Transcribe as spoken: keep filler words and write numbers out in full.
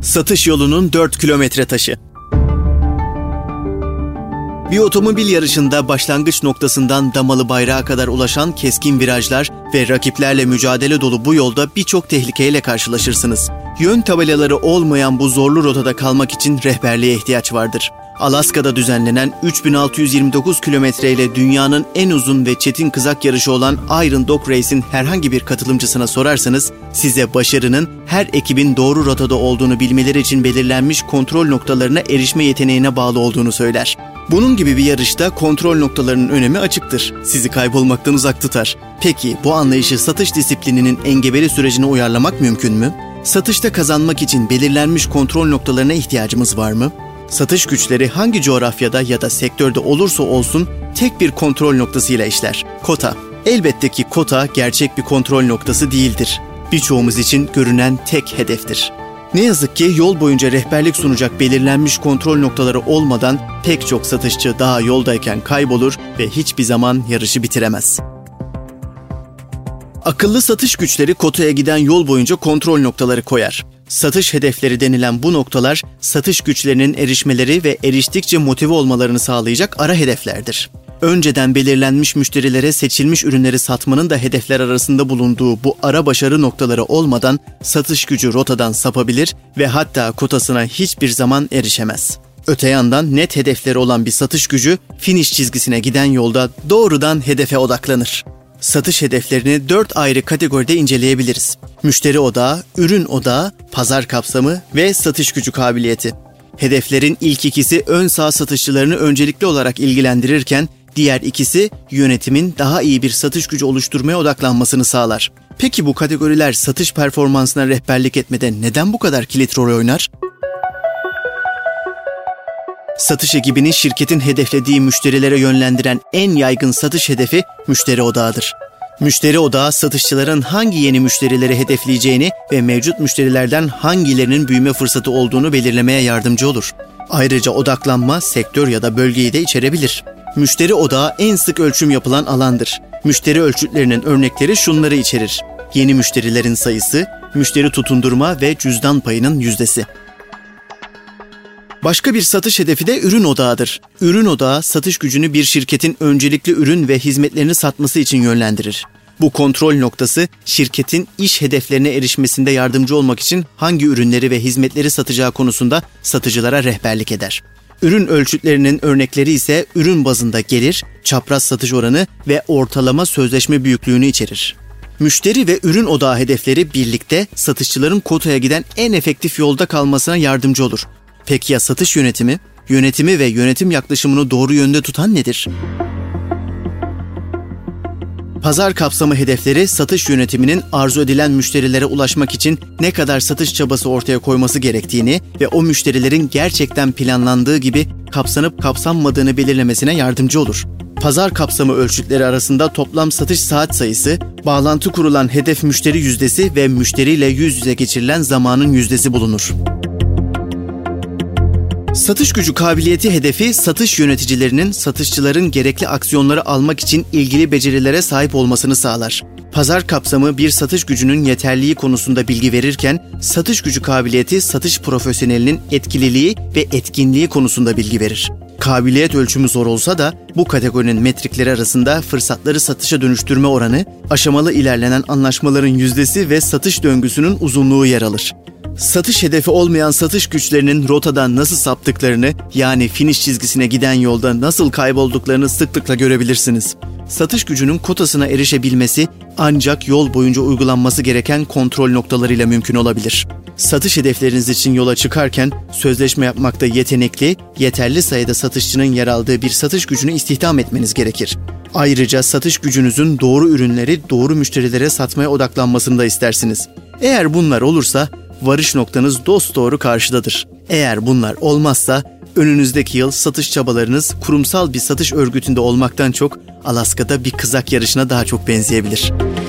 Satış yolunun dört kilometre taşı. Bir otomobil yarışında başlangıç noktasından damalı bayrağa kadar ulaşan keskin virajlar ve rakiplerle mücadele dolu bu yolda birçok tehlikeyle karşılaşırsınız. Yön tabelaları olmayan bu zorlu rotada kalmak için rehberliğe ihtiyaç vardır. Alaska'da düzenlenen üç bin altı yüz yirmi dokuz kilometre ile dünyanın en uzun ve çetin kızak yarışı olan Iron Dog Race'in herhangi bir katılımcısına sorarsanız size başarının her ekibin doğru rotada olduğunu bilmeleri için belirlenmiş kontrol noktalarına erişme yeteneğine bağlı olduğunu söyler. Bunun gibi bir yarışta kontrol noktalarının önemi açıktır. Sizi kaybolmaktan uzak tutar. Peki bu anlayışı satış disiplininin engebeli sürecine uyarlamak mümkün mü? Satışta kazanmak için belirlenmiş kontrol noktalarına ihtiyacımız var mı? Satış güçleri hangi coğrafyada ya da sektörde olursa olsun tek bir kontrol noktasıyla işler. Kota. Elbette ki kota gerçek bir kontrol noktası değildir. Birçoğumuz için görünen tek hedeftir. Ne yazık ki yol boyunca rehberlik sunacak belirlenmiş kontrol noktaları olmadan pek çok satışçı daha yoldayken kaybolur ve hiçbir zaman yarışı bitiremez. Akıllı satış güçleri kotaya giden yol boyunca kontrol noktaları koyar. Satış hedefleri denilen bu noktalar satış güçlerinin erişmeleri ve eriştikçe motive olmalarını sağlayacak ara hedeflerdir. Önceden belirlenmiş müşterilere seçilmiş ürünleri satmanın da hedefler arasında bulunduğu bu ara başarı noktaları olmadan satış gücü rotadan sapabilir ve hatta kotasına hiçbir zaman erişemez. Öte yandan net hedefleri olan bir satış gücü finish çizgisine giden yolda doğrudan hedefe odaklanır. Satış hedeflerini dört ayrı kategoride inceleyebiliriz. Müşteri odağı, ürün odağı, pazar kapsamı ve satış gücü kabiliyeti. Hedeflerin ilk ikisi ön sağ satışçılarını öncelikli olarak ilgilendirirken diğer ikisi yönetimin daha iyi bir satış gücü oluşturmaya odaklanmasını sağlar. Peki bu kategoriler satış performansına rehberlik etmede neden bu kadar kilit rol oynar? Satış ekibini şirketin hedeflediği müşterilere yönlendiren en yaygın satış hedefi müşteri odağıdır. Müşteri odağı satışçıların hangi yeni müşterileri hedefleyeceğini ve mevcut müşterilerden hangilerinin büyüme fırsatı olduğunu belirlemeye yardımcı olur. Ayrıca odaklanma, sektör ya da bölgeyi de içerebilir. Müşteri odağı en sık ölçüm yapılan alandır. Müşteri ölçütlerinin örnekleri şunları içerir: yeni müşterilerin sayısı, müşteri tutundurma ve cüzdan payının yüzdesi. Başka bir satış hedefi de ürün odağıdır. Ürün odağı satış gücünü bir şirketin öncelikli ürün ve hizmetlerini satması için yönlendirir. Bu kontrol noktası şirketin iş hedeflerine erişmesinde yardımcı olmak için hangi ürünleri ve hizmetleri satacağı konusunda satıcılara rehberlik eder. Ürün ölçütlerinin örnekleri ise ürün bazında gelir, çapraz satış oranı ve ortalama sözleşme büyüklüğünü içerir. Müşteri ve ürün odağı hedefleri birlikte satışçıların kotaya giden en efektif yolda kalmasına yardımcı olur. Peki ya satış yönetimi? Yönetimi ve yönetim yaklaşımını doğru yönde tutan nedir? Pazar kapsamı hedefleri satış yönetiminin arzu edilen müşterilere ulaşmak için ne kadar satış çabası ortaya koyması gerektiğini ve o müşterilerin gerçekten planlandığı gibi kapsanıp kapsanmadığını belirlemesine yardımcı olur. Pazar kapsamı ölçütleri arasında toplam satış saat sayısı, bağlantı kurulan hedef müşteri yüzdesi ve müşteriyle yüz yüze geçirilen zamanın yüzdesi bulunur. Satış gücü kabiliyeti hedefi satış yöneticilerinin satışçıların gerekli aksiyonları almak için ilgili becerilere sahip olmasını sağlar. Pazar kapsamı bir satış gücünün yeterliliği konusunda bilgi verirken satış gücü kabiliyeti satış profesyonelinin etkililiği ve etkinliği konusunda bilgi verir. Kabiliyet ölçümü zor olsa da bu kategorinin metrikleri arasında fırsatları satışa dönüştürme oranı, aşamalı ilerlenen anlaşmaların yüzdesi ve satış döngüsünün uzunluğu yer alır. Satış hedefi olmayan satış güçlerinin rotadan nasıl saptıklarını, yani finish çizgisine giden yolda nasıl kaybolduklarını sıklıkla görebilirsiniz. Satış gücünün kotasına erişebilmesi ancak yol boyunca uygulanması gereken kontrol noktalarıyla mümkün olabilir. Satış hedefleriniz için yola çıkarken sözleşme yapmakta yetenekli, yeterli sayıda satışçının yer aldığı bir satış gücünü istihdam etmeniz gerekir. Ayrıca satış gücünüzün doğru ürünleri doğru müşterilere satmaya odaklanmasını da istersiniz. Eğer bunlar olursa varış noktanız dosdoğru karşıdadır. Eğer bunlar olmazsa önünüzdeki yıl satış çabalarınız kurumsal bir satış örgütünde olmaktan çok Alaska'da bir kızak yarışına daha çok benzeyebilir.